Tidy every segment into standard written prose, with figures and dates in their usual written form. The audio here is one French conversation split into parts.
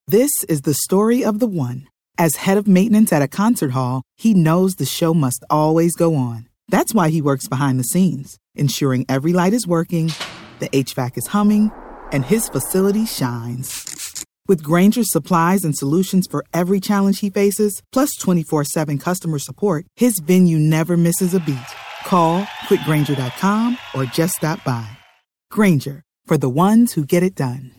This is the story of the one. As head of maintenance at a concert hall, he knows the show must always go on. That's why he works behind the scenes, ensuring every light is working, the HVAC is humming, and his facility shines. With Grainger's supplies and solutions for every challenge he faces, plus 24/7 customer support, his venue never misses a beat. Call quickgrainger.com or just stop by. Grainger, for the ones who get it done.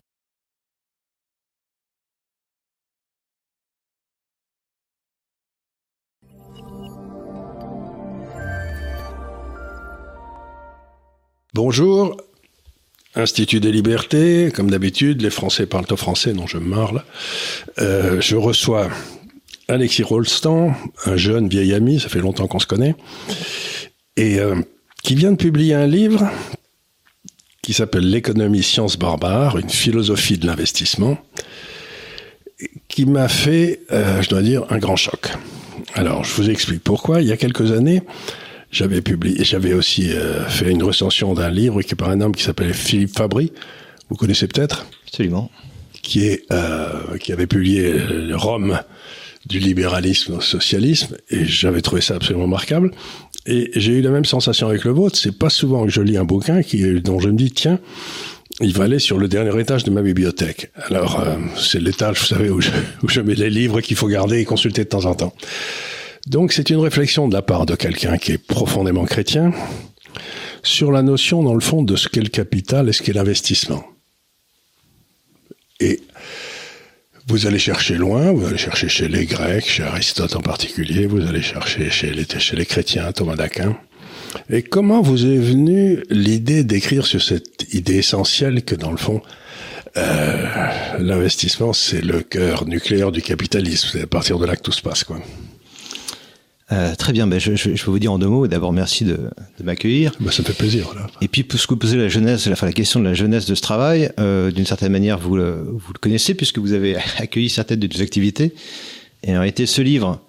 Bonjour, Institut des Libertés, comme d'habitude, les Français parlent au français, non je me marre. Je reçois Alexis Rolstan, un jeune vieil ami, ça fait longtemps qu'on se connaît, et qui vient de publier un livre qui s'appelle L'économie science barbare, une philosophie de l'investissement, qui m'a fait, je dois dire, un grand choc. Alors, je vous explique pourquoi. Il y a quelques années, j'avais aussi fait une recension d'un livre qui est par un homme qui s'appelait Philippe Fabry. Vous connaissez peut-être ? Absolument. Qui avait publié Rome du libéralisme au socialisme, et j'avais trouvé ça absolument remarquable. Et j'ai eu la même sensation avec le vôtre. C'est pas souvent que je lis un bouquin dont je me dis, tiens, il va aller sur le dernier étage de ma bibliothèque. Alors, c'est l'étage, vous savez, où je mets les livres qu'il faut garder et consulter de temps en temps. Donc, c'est une réflexion de la part de quelqu'un qui est profondément chrétien sur la notion, dans le fond, de ce qu'est le capital et ce qu'est l'investissement. Et vous allez chercher loin, vous allez chercher chez les Grecs, chez Aristote en particulier, vous allez chercher chez les chrétiens, Thomas d'Aquin. Et comment vous est venue l'idée d'écrire sur cette idée essentielle que, dans le fond, l'investissement, c'est le cœur nucléaire du capitalisme. C'est à partir de là que tout se passe, quoi. Très bien, je vais vous dire en deux mots. D'abord, merci de m'accueillir. Ça me fait plaisir. Là. Et puis, puisque vous posez la question de la jeunesse de ce travail, d'une certaine manière, vous le connaissez puisque vous avez accueilli certaines de nos activités. Et en réalité, ce livre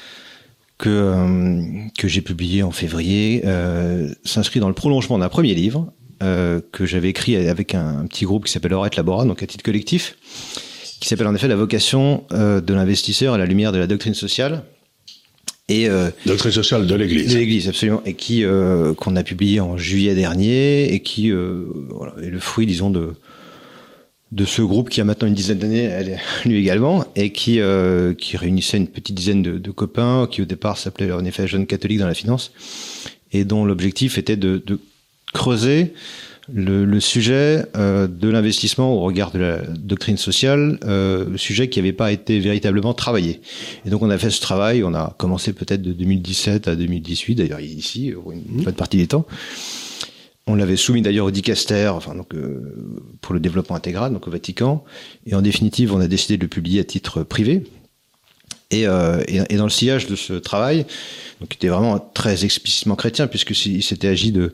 que j'ai publié en février s'inscrit dans le prolongement d'un premier livre que j'avais écrit avec un petit groupe qui s'appelle Orette Labora, donc à titre collectif, qui s'appelle en effet La vocation de l'investisseur à la lumière de la doctrine sociale. Et doctrine sociale de l'Église. De l'Église, absolument, et qui qu'on a publié en juillet dernier, et qui voilà, est le fruit, disons, de ce groupe qui a maintenant une dizaine d'années, lui également, et qui réunissait une petite dizaine de copains, qui au départ s'appelaient en effet Jeunes catholiques dans la finance, et dont l'objectif était de creuser le sujet de l'investissement au regard de la doctrine sociale, sujet qui n'avait pas été véritablement travaillé. Et donc on a fait ce travail, on a commencé peut-être de 2017 à 2018, d'ailleurs ici, pour une bonne partie du temps. On l'avait soumis d'ailleurs au dicaster, pour le développement intégral, donc au Vatican. Et en définitive, on a décidé de le publier à titre privé. Et dans le sillage de ce travail, donc qui était vraiment très explicitement chrétien, puisqu'il s'était agi de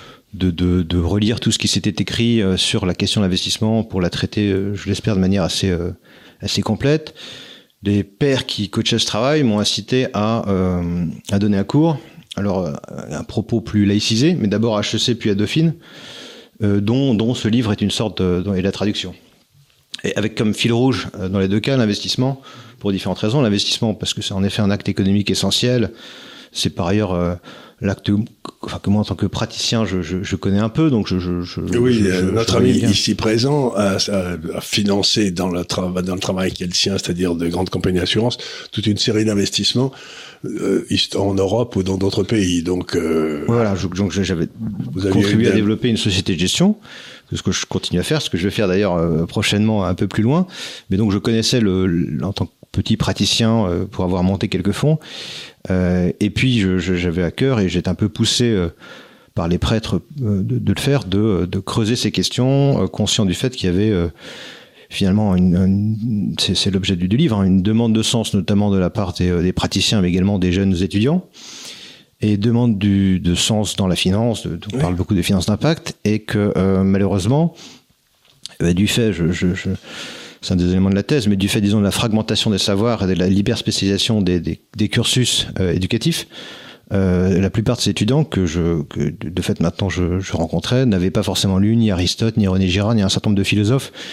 relire tout ce qui s'était écrit sur la question de l'investissement pour la traiter, je l'espère, de manière assez complète. Les pairs qui coachaient ce travail m'ont incité à donner un cours. Alors, un propos plus laïcisé, mais d'abord à HEC puis à Dauphine, dont ce livre est une sorte et la traduction. Et avec comme fil rouge, dans les deux cas, l'investissement, pour différentes raisons. L'investissement, parce que c'est en effet un acte économique essentiel. C'est par ailleurs l'acte que moi en tant que praticien je connais un peu, donc notre ami ici présent a financé dans le travail qui est le sien, c'est-à-dire de grandes compagnies d'assurance, toute une série d'investissements en Europe ou dans d'autres pays. Donc voilà, donc j'avais contribué à développer une société de gestion, ce que je continue à faire, ce que je vais faire d'ailleurs prochainement un peu plus loin. Mais donc je connaissais en tant que petit praticien pour avoir monté quelques fonds. Et puis j'avais à cœur, et j'étais un peu poussé par les prêtres de le faire, de creuser ces questions, conscient du fait qu'il y avait finalement c'est l'objet du livre, une demande de sens, notamment de la part des praticiens, mais également des jeunes étudiants, et demande de sens dans la finance. On parle beaucoup de finances d'impact, et que malheureusement, du fait, c'est un des éléments de la thèse, mais du fait, disons, de la fragmentation des savoirs et de la l'hyperspécialisation des cursus éducatifs, la plupart de ces étudiants que de fait maintenant je rencontrais n'avaient pas forcément lu ni Aristote, ni René Girard, ni un certain nombre de philosophes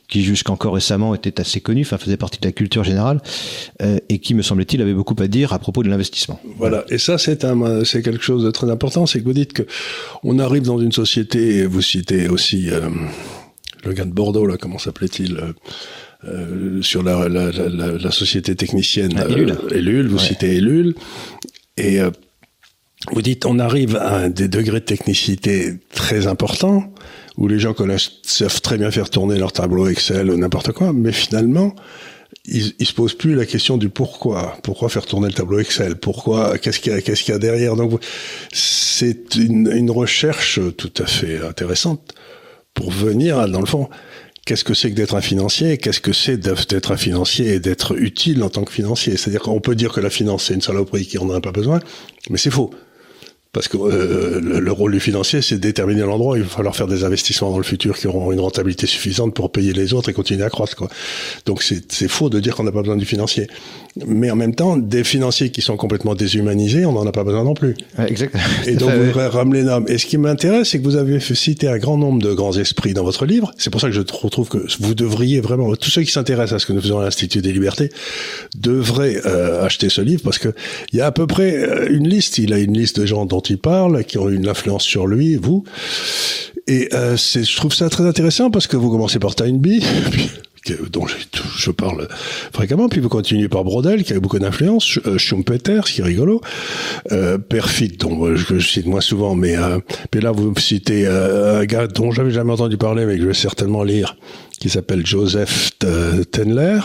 qui jusqu'encore récemment était assez connu, enfin faisait partie de la culture générale, et qui, me semble-t-il, avait beaucoup à dire à propos de l'investissement. Voilà. Et ça, c'est quelque chose de très important, c'est que vous dites que on arrive dans une société, et vous citez aussi le gars de Bordeaux, là, comment s'appelait-il sur la société technicienne Ellul, vous citez Ellul, et vous dites on arrive à des degrés de technicité très importants, où les gens savent très bien faire tourner leur tableau Excel ou n'importe quoi, mais finalement, ils se posent plus la question du pourquoi. Pourquoi faire tourner le tableau Excel? Pourquoi? Qu'est-ce qu'il y a derrière? Donc, c'est une recherche tout à fait intéressante pour venir, dans le fond, qu'est-ce que c'est que d'être un financier? Qu'est-ce que c'est d'être un financier et d'être utile en tant que financier? C'est-à-dire qu'on peut dire que la finance, c'est une saloperie qui en a pas besoin, mais c'est faux. Parce que le rôle du financier, c'est de déterminer l'endroit où il va falloir faire des investissements dans le futur qui auront une rentabilité suffisante pour payer les autres et continuer à croître, quoi. Donc c'est faux de dire qu'on n'a pas besoin du financier. Mais en même temps, des financiers qui sont complètement déshumanisés, on n'en a pas besoin non plus. Ouais, exactement. Et donc vous ramenez les noms. Et ce qui m'intéresse, c'est que vous avez cité un grand nombre de grands esprits dans votre livre. C'est pour ça que je trouve que vous devriez vraiment, tous ceux qui s'intéressent à ce que nous faisons à l'Institut des Libertés, devraient acheter ce livre, parce que il y a à peu près une liste. Il a une liste de gens dont il parle, qui ont eu une influence sur lui, vous. Et je trouve ça très intéressant parce que vous commencez par Toynbee, dont je parle fréquemment, puis vous continuez par Braudel, qui a eu beaucoup d'influence, Schumpeter, ce qui est rigolo, Perfit, dont je cite moins souvent, mais puis là vous citez un gars dont j'avais jamais entendu parler, mais que je vais certainement lire, qui s'appelle Joseph Tendler.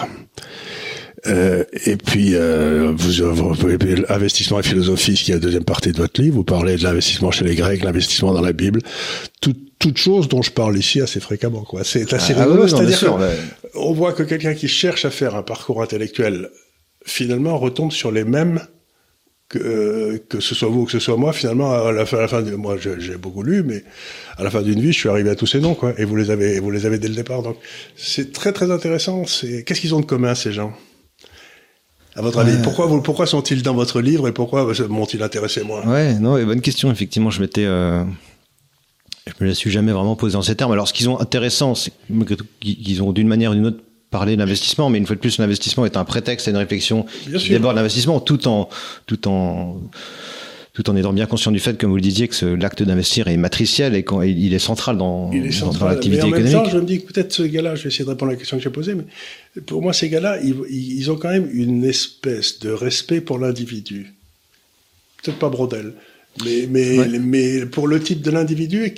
Et puis, investissement et philosophie, ce qui est la deuxième partie de votre livre, vous parlez de l'investissement chez les Grecs, l'investissement dans la Bible, toute chose dont je parle ici assez fréquemment, quoi. C'est assez rigolo, c'est-à-dire on voit que quelqu'un qui cherche à faire un parcours intellectuel, finalement, retombe sur les mêmes que ce soit vous ou que ce soit moi, finalement, à la fin moi, j'ai beaucoup lu, mais à la fin d'une vie, je suis arrivé à tous ces noms, quoi. Et vous les avez dès le départ. Donc, c'est très, très intéressant. Qu'est-ce qu'ils ont de commun, ces gens? À votre avis, pourquoi sont-ils dans votre livre et pourquoi m'ont-ils intéressé moi? Ouais, non, bonne question. Effectivement, je me la suis jamais vraiment posé en ces termes. Alors, ce qu'ils ont intéressant, c'est qu'ils ont d'une manière ou d'une autre parlé d'investissement, mais une fois de plus, l'investissement est un prétexte à une réflexion qui déborde l'investissement, tout en étant bien conscient du fait, comme vous le disiez, que l'acte d'investir est matriciel et qu'il est central dans l'activité économique. Mais en même temps, je me dis que peut-être ce gars-là, je vais essayer de répondre à la question que j'ai posée, mais pour moi, ces gars-là, ils ont quand même une espèce de respect pour l'individu. Peut-être pas Braudel, mais pour le type de l'individu,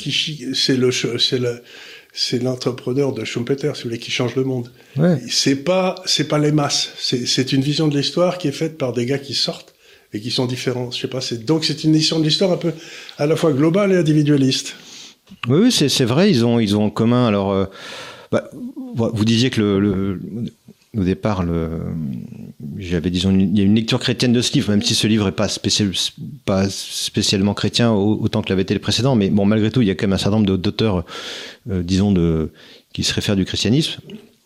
c'est l'entrepreneur de Schumpeter, si vous voulez, qui change le monde. Ouais. C'est pas les masses. C'est une vision de l'histoire qui est faite par des gars qui sortent et qui sont différents. Je sais pas. Donc c'est une vision de l'histoire un peu à la fois globale et individualiste. Oui, c'est vrai. Ils ont en commun. Alors, vous disiez que au départ, il y a une lecture chrétienne de ce livre, même si ce livre est pas spécialement chrétien autant que l'avait été le précédent, mais bon, malgré tout, il y a quand même un certain nombre d'auteurs, qui se réfèrent du christianisme.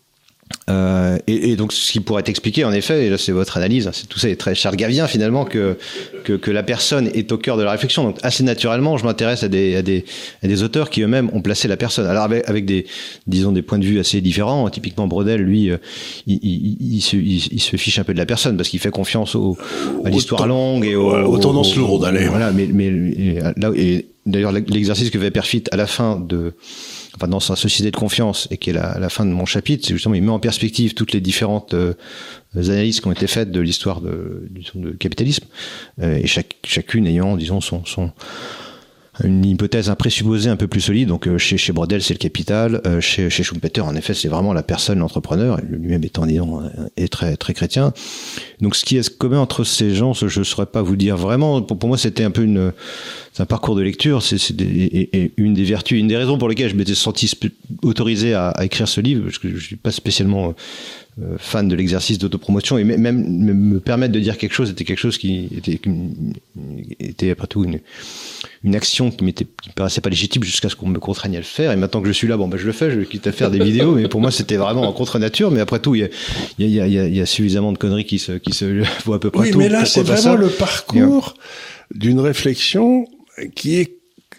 Et donc, ce qui pourrait être expliqué, en effet, et là c'est votre analyse, tout ça est très chargavien finalement, que la personne est au cœur de la réflexion. Donc, assez naturellement, je m'intéresse à des auteurs qui eux-mêmes ont placé la personne. Alors, avec des points de vue assez différents. Typiquement, Braudel, lui, il se fiche un peu de la personne parce qu'il fait confiance à l'histoire longue et aux tendances lourdes. Allez. Voilà, mais là, et d'ailleurs, l'exercice que fait Perfit à la fin dans sa société de confiance, et qui est à la fin de mon chapitre, c'est justement, il met en perspective toutes les différentes analyses qui ont été faites de l'histoire du capitalisme, et chacune ayant, disons, une hypothèse, un présupposé un peu plus solide. Donc chez Braudel, c'est le capital. Chez Schumpeter, en effet, c'est vraiment la personne, l'entrepreneur, lui-même étant, disons, est très très chrétien. Donc ce qui est commun entre ces gens, je ne saurais pas vous dire vraiment. Pour moi, c'était un peu c'est un parcours de lecture. C'est une des vertus, une des raisons pour lesquelles je m'étais senti autorisé à écrire ce livre, parce que je suis pas spécialement fan de l'exercice d'autopromotion, et même me permettre de dire quelque chose était quelque chose qui était après tout une action qui me paraissait pas légitime jusqu'à ce qu'on me contraigne à le faire. Et maintenant que je suis là, je le fais, je quitte à faire des vidéos, mais pour moi c'était vraiment en contre-nature. Mais après tout, il y a suffisamment de conneries qui se voient à peu près. Oui, mais là c'est vraiment le parcours d'une réflexion qui est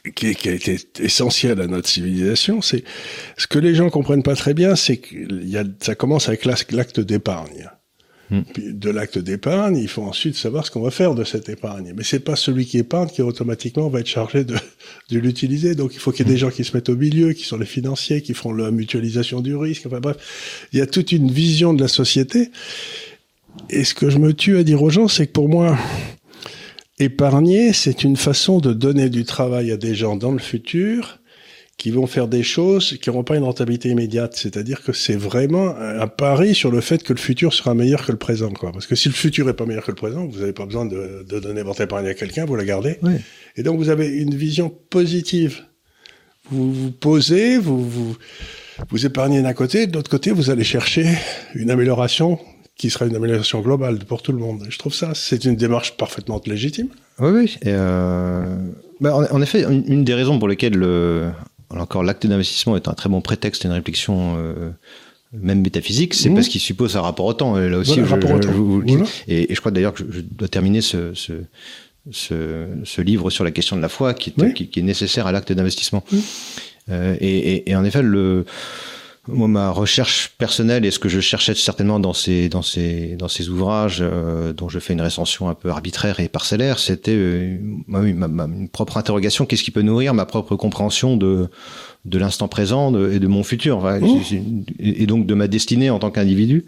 qui a été essentiel à notre civilisation, c'est ce que les gens comprennent pas très bien, c'est que ça commence avec l'acte d'épargne. Puis de l'acte d'épargne, il faut ensuite savoir ce qu'on va faire de cette épargne. Mais c'est pas celui qui épargne qui automatiquement va être chargé de l'utiliser. Donc il faut qu'il y ait des gens qui se mettent au milieu, qui sont les financiers, qui font la mutualisation du risque. Enfin bref, il y a toute une vision de la société. Et ce que je me tue à dire aux gens, c'est que pour moi, épargner, c'est une façon de donner du travail à des gens dans le futur qui vont faire des choses qui n'auront pas une rentabilité immédiate. C'est-à-dire que c'est vraiment un pari sur le fait que le futur sera meilleur que le présent, quoi. Parce que si le futur est pas meilleur que le présent, vous n'avez pas besoin de donner votre épargne à quelqu'un, vous la gardez. Oui. Et donc vous avez une vision positive. Vous vous posez, vous épargnez d'un côté, de l'autre côté, vous allez chercher une amélioration qui sera une amélioration globale pour tout le monde. Je trouve ça, c'est une démarche parfaitement légitime. Oui, oui. Et en effet, une des raisons pour lesquelles encore l'acte d'investissement est un très bon prétexte à une réflexion même métaphysique, c'est parce qu'il suppose un rapport au temps. Et là aussi, voilà, et je crois d'ailleurs que je dois terminer ce livre sur la question de la foi qui est nécessaire à l'acte d'investissement. Et en effet, moi, ma recherche personnelle et ce que je cherchais certainement dans ces ouvrages dont je fais une recension un peu arbitraire et parcellaire, c'était ma propre interrogation. Qu'est-ce qui peut nourrir ma propre compréhension de l'instant présent et de mon futur, enfin, et donc de ma destinée en tant qu'individu,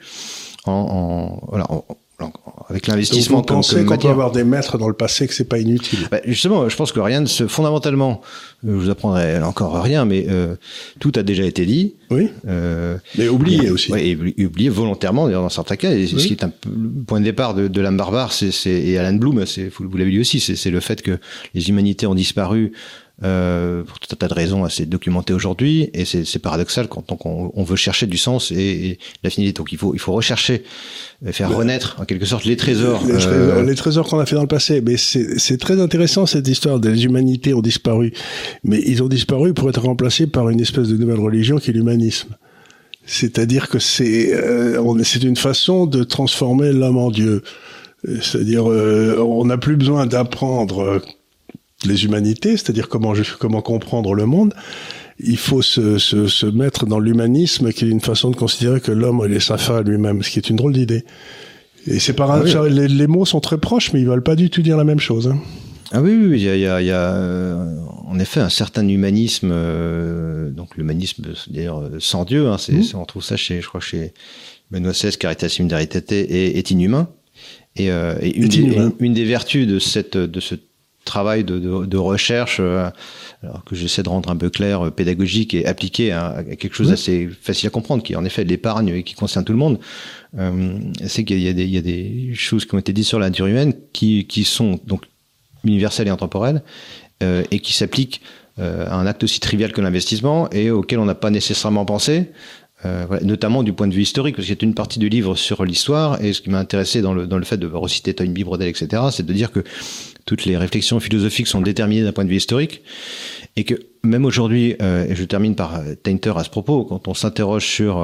avec l'investissement. Donc vous pensez qu'on peut avoir des maîtres dans le passé, que c'est pas inutile. Justement, je pense que fondamentalement, je vous apprendrai encore rien, mais tout a déjà été dit. Oui. Mais oublié aussi. Oui, et oublié volontairement, d'ailleurs, dans certains cas. Et ce qui est un peu le point de départ de l'âme barbare, et Alan Bloom, vous l'avez lu aussi, c'est le fait que les humanités ont disparu pour tout un tas de raisons assez documentées aujourd'hui, et c'est paradoxal quand on veut chercher du sens et la finalité. Donc il faut rechercher, faire renaître en quelque sorte les trésors. Les trésors qu'on a fait dans le passé. Mais c'est très intéressant cette histoire des humanités ont disparu, mais ils ont disparu pour être remplacés par une espèce de nouvelle religion qui est l'humanisme. C'est-à-dire que c'est une façon de transformer l'homme en Dieu. C'est-à-dire on n'a plus besoin d'apprendre les humanités, c'est-à-dire comment comprendre le monde. Il faut se mettre dans l'humanisme, qui est une façon de considérer que l'homme il est s'infère à lui-même, ce qui est une drôle d'idée. Et c'est les mots sont très proches, mais ils veulent pas du tout dire la même chose. Hein. Ah oui, il y a en effet un certain humanisme, donc l'humanisme d'ailleurs sans Dieu, hein, on trouve ça chez Benoît XVI, Caritas in Veritate, est inhumain. Et une des vertus de ce travail de recherche, alors que j'essaie de rendre un peu clair, pédagogique et appliqué à quelque chose d'assez facile à comprendre, qui est en effet de l'épargne et qui concerne tout le monde, c'est qu'il y a des choses qui ont été dites sur la nature humaine qui sont donc universelles et intemporelles, et qui s'appliquent à un acte aussi trivial que l'investissement et auquel on n'a pas nécessairement pensé. Voilà, notamment du point de vue historique, parce qu'il y a une partie du livre sur l'histoire, et ce qui m'a intéressé dans le fait de reciter Toynbee, Brodel, etc., c'est de dire que toutes les réflexions philosophiques sont déterminées d'un point de vue historique, et que même aujourd'hui, et je termine par Tainter à ce propos, quand on s'interroge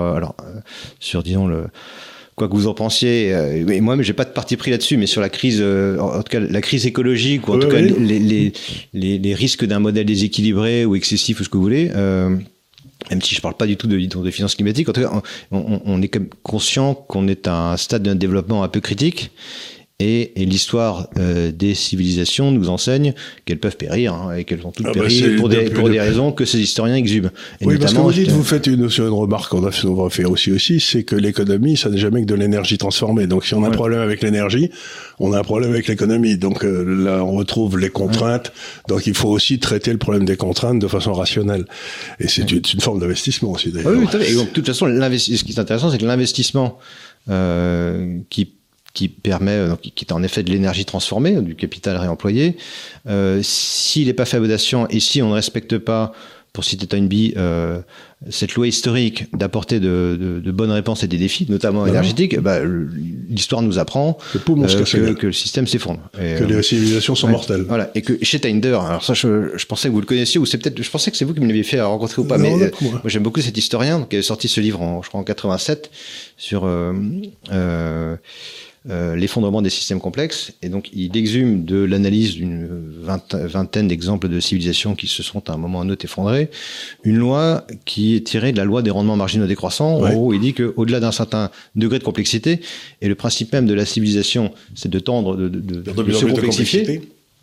sur disons quoi que vous en pensiez, et moi, mais j'ai pas de parti pris là-dessus, mais sur la crise, en tout cas la crise écologique, ou en tout cas les risques d'un modèle déséquilibré ou excessif ou ce que vous voulez. Même si je parle pas du tout de finances climatiques, en tout cas, on est conscient qu'on est à un stade d'un développement un peu critique, et l'histoire des civilisations nous enseigne qu'elles peuvent périr, hein, et qu'elles vont toutes périr pour des raisons que ces historiens exhubent. Et oui, parce que vous faites une remarque qu'on va faire aussi, c'est que l'économie, ça n'est jamais que de l'énergie transformée. Donc si on a un problème avec l'énergie, on a un problème avec l'économie. Donc là, on retrouve les contraintes. Donc il faut aussi traiter le problème des contraintes de façon rationnelle. Et c'est une forme d'investissement aussi, d'ailleurs. Oui, tout à fait. Et donc, de toute façon, ce qui est intéressant, c'est que l'investissement qui permet, donc, qui est en effet de l'énergie transformée, du capital réemployé, s'il n'est pas fait à bon escient et si on ne respecte pas, pour citer Toynbee, cette loi historique d'apporter de bonnes réponses à des défis, notamment énergétiques, l'histoire nous apprend que le système s'effondre. Que les civilisations sont mortelles. Voilà. Et que chez Tainter, alors ça, je pensais que vous le connaissiez, ou je pensais que c'est vous qui me l'aviez fait rencontrer ou pas, mais moi j'aime beaucoup cet historien qui avait sorti ce livre je crois en 87 sur l'effondrement des systèmes complexes, et donc il exhume de l'analyse d'une vingtaine d'exemples de civilisations qui se sont à un moment ou à un autre effondrées, une loi qui est tirée de la loi des rendements marginaux décroissants. En gros, il dit qu'au-delà d'un certain degré de complexité, et le principe même de la civilisation, c'est de tendre, de se complexifier.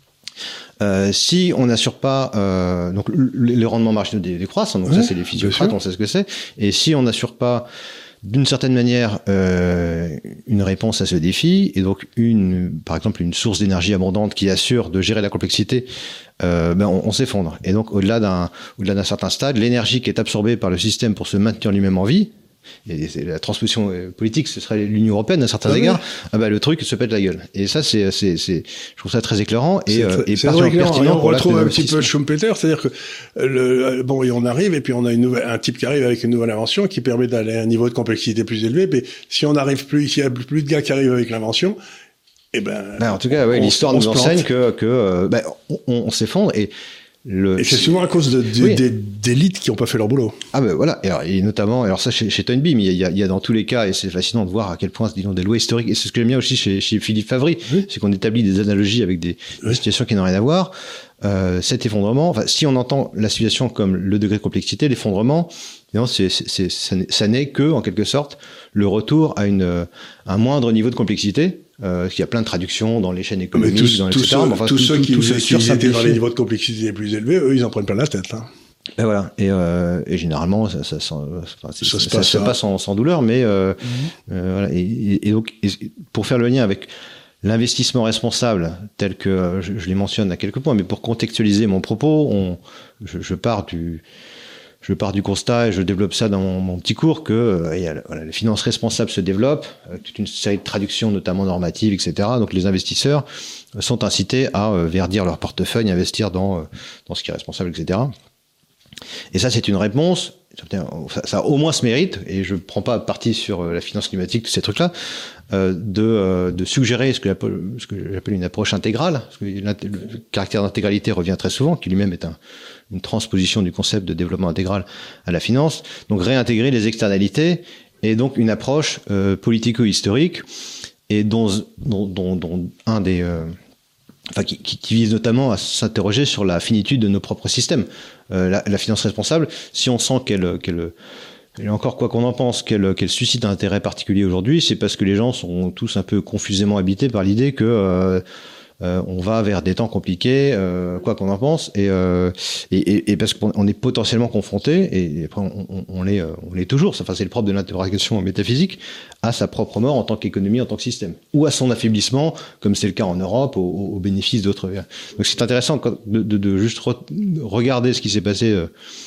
Si on n'assure pas donc les rendements marginaux décroissent, donc ça c'est les physiocrates, on sait ce que c'est, et si on n'assure pas d'une certaine manière une réponse à ce défi, et donc par exemple une source d'énergie abondante qui assure de gérer la complexité, on s'effondre. Et donc au-delà d'un certain stade, l'énergie qui est absorbée par le système pour se maintenir lui-même en vie, et la transposition politique, ce serait l'Union européenne à certains égards, le truc se pète la gueule. Et ça, je trouve ça très éclairant et particulièrement pertinent. On retrouve un petit peu Schumpeter, c'est-à-dire que et on arrive et puis on a un type qui arrive avec une nouvelle invention qui permet d'aller à un niveau de complexité plus élevé. Mais si on n'arrive plus, s'il y a plus de gars qui arrivent avec l'invention, en tout cas, l'histoire nous enseigne que on s'effondre et c'est souvent à cause d'élites qui n'ont pas fait leur boulot. Voilà. Et notamment, ça chez Toynbee, mais il y a dans tous les cas, et c'est fascinant de voir à quel point, disons, des lois historiques, et c'est ce que j'aime bien aussi chez Philippe Favry, c'est qu'on établit des analogies avec des situations qui n'ont rien à voir. Cet effondrement, si on entend la situation comme le degré de complexité, l'effondrement, ça n'est que, en quelque sorte, le retour à un moindre niveau de complexité. Il y a plein de traductions dans les chaînes économiques, tous ceux qui étaient dans les niveaux de complexité les plus élevés, eux, ils en prennent plein la tête. Hein. Voilà. Et généralement, ça se passe sans douleur, mais voilà. Et donc, pour faire le lien avec l'investissement responsable, tel que je les mentionne à quelques points, mais pour contextualiser mon propos, je pars du constat et je développe ça dans mon petit cours que les finances responsables se développent, toute une série de traductions, notamment normatives, etc. Donc les investisseurs sont incités à verdir leur portefeuille, investir dans ce qui est responsable, etc. Et ça, c'est une réponse. Ça au moins se mérite, et je prends pas parti sur la finance climatique, tous ces trucs-là, de suggérer ce que j'appelle une approche intégrale, parce que le caractère d'intégralité revient très souvent, qui lui-même est une transposition du concept de développement intégral à la finance. Donc réintégrer les externalités, et donc une approche politico-historique, et dont un des qui vise notamment à s'interroger sur la finitude de nos propres systèmes. La finance responsable, si on sent et encore, quoi qu'on en pense, qu'elle suscite un intérêt particulier aujourd'hui, c'est parce que les gens sont tous un peu confusément habités par l'idée que on va vers des temps compliqués, quoi qu'on en pense, et parce qu'on est potentiellement confronté, et après on l'est toujours. Enfin, c'est le propre de l'interrogation métaphysique, à sa propre mort en tant qu'économie, en tant que système, ou à son affaiblissement, comme c'est le cas en Europe, au bénéfice d'autres. Donc c'est intéressant de juste regarder ce qui s'est passé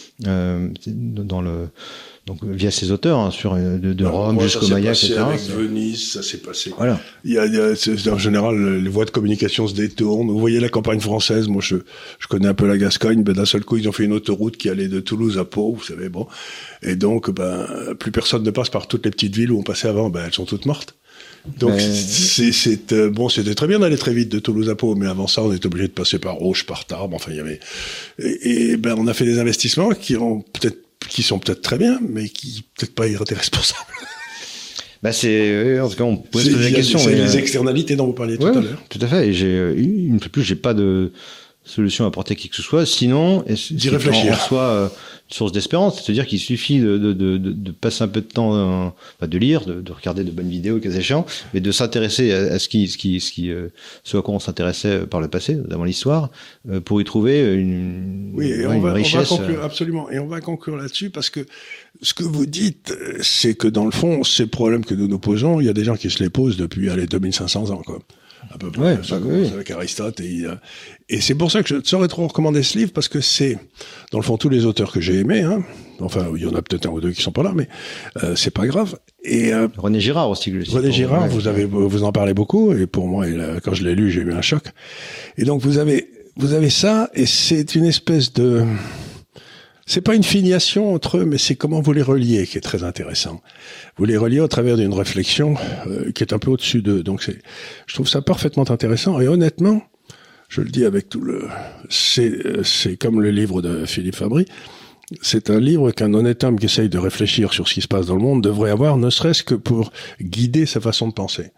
donc via ces auteurs, de Rome jusqu'au Maya, etc. Avec Venise, ça s'est passé. Voilà. En général, les voies de communication se détournent. Vous voyez la campagne française, moi je connais un peu la Gascogne, d'un seul coup ils ont fait une autoroute qui allait de Toulouse à Pau, vous savez, bon. Et donc, plus personne ne passe par toutes les petites villes où on passait avant, elles sont toutes mortes. Donc c'était très bien d'aller très vite de Toulouse à Pau, mais avant ça on était obligé de passer par Auch, par Tarbes, enfin il y avait on a fait des investissements qui sont peut-être très bien, mais qui peut-être pas étaient responsables. En tout cas, on peut se poser la question. C'est les externalités dont vous parliez tout à l'heure. Tout à fait. Et une fois de plus, j'ai pas de solution à apporter qui que ce soit. Sinon, d'y réfléchir. En soit une source d'espérance, c'est-à-dire qu'il suffit de passer un peu de temps, de lire, de regarder de bonnes vidéos, cas échéant, mais de s'intéresser à ce à quoi on s'intéressait par le passé, notamment l'histoire, pour y trouver une richesse. On va conclure, absolument. Et on va conclure là-dessus parce que ce que vous dites, c'est que dans le fond, ces problèmes que nous nous posons, il y a des gens qui se les posent depuis 2500 ans, quoi. À peu près, avec Aristote, et c'est pour ça que je ne saurais trop recommander ce livre, parce que c'est, dans le fond, tous les auteurs que j'ai aimés, enfin, il y en a peut-être un ou deux qui sont pas là, mais c'est pas grave. Et René Girard aussi. René Girard, vous en parlez beaucoup, et pour moi, quand je l'ai lu, j'ai eu un choc. Et donc vous avez ça, et c'est une espèce de, c'est pas une filiation entre eux, mais c'est comment vous les reliez qui est très intéressant. Vous les reliez au travers d'une réflexion qui est un peu au-dessus d'eux. Donc je trouve ça parfaitement intéressant. Et honnêtement, je le dis avec c'est comme le livre de Philippe Favry. C'est un livre qu'un honnête homme qui essaye de réfléchir sur ce qui se passe dans le monde devrait avoir, ne serait-ce que pour guider sa façon de penser.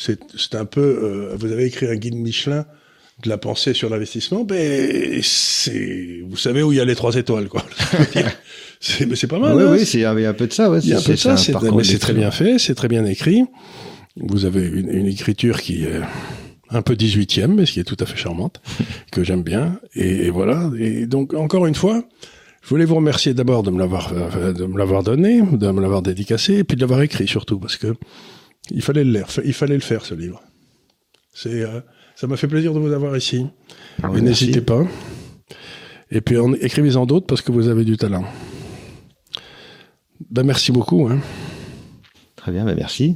c'est un peu, vous avez écrit un guide Michelin de la pensée sur l'investissement, ben vous savez où il y a les 3 étoiles, quoi. Mais c'est pas mal. Oui, hein, oui, il y a un peu de ça. Ouais, il y a un peu de ça. Mais c'est très bien fait, c'est très bien écrit. Vous avez une écriture qui est un peu 18e, mais ce qui est tout à fait charmante, que j'aime bien. Et voilà. Et donc encore une fois, je voulais vous remercier d'abord de me l'avoir donné, de me l'avoir dédicacé, et puis de l'avoir écrit surtout, parce que il fallait le faire, ce livre. Ça m'a fait plaisir de vous avoir ici. Oui, et n'hésitez pas. Et puis écrivez-en d'autres parce que vous avez du talent. Ben merci beaucoup. Hein. Très bien, ben merci.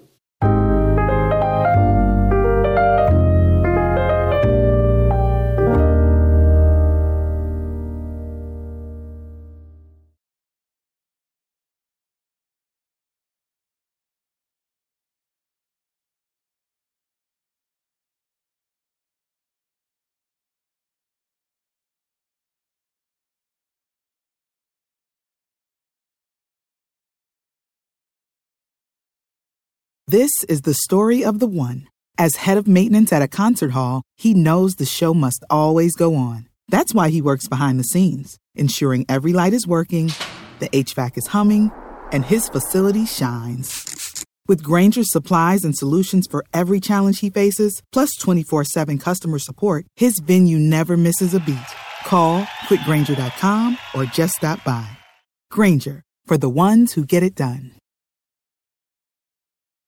This is the story of the one. As head of maintenance at a concert hall, he knows the show must always go on. That's why he works behind the scenes, ensuring every light is working, the HVAC is humming, and his facility shines. With Grainger's supplies and solutions for every challenge he faces, plus 24/7 customer support, his venue never misses a beat. Call quickgrainger.com or just stop by. Grainger, for the ones who get it done.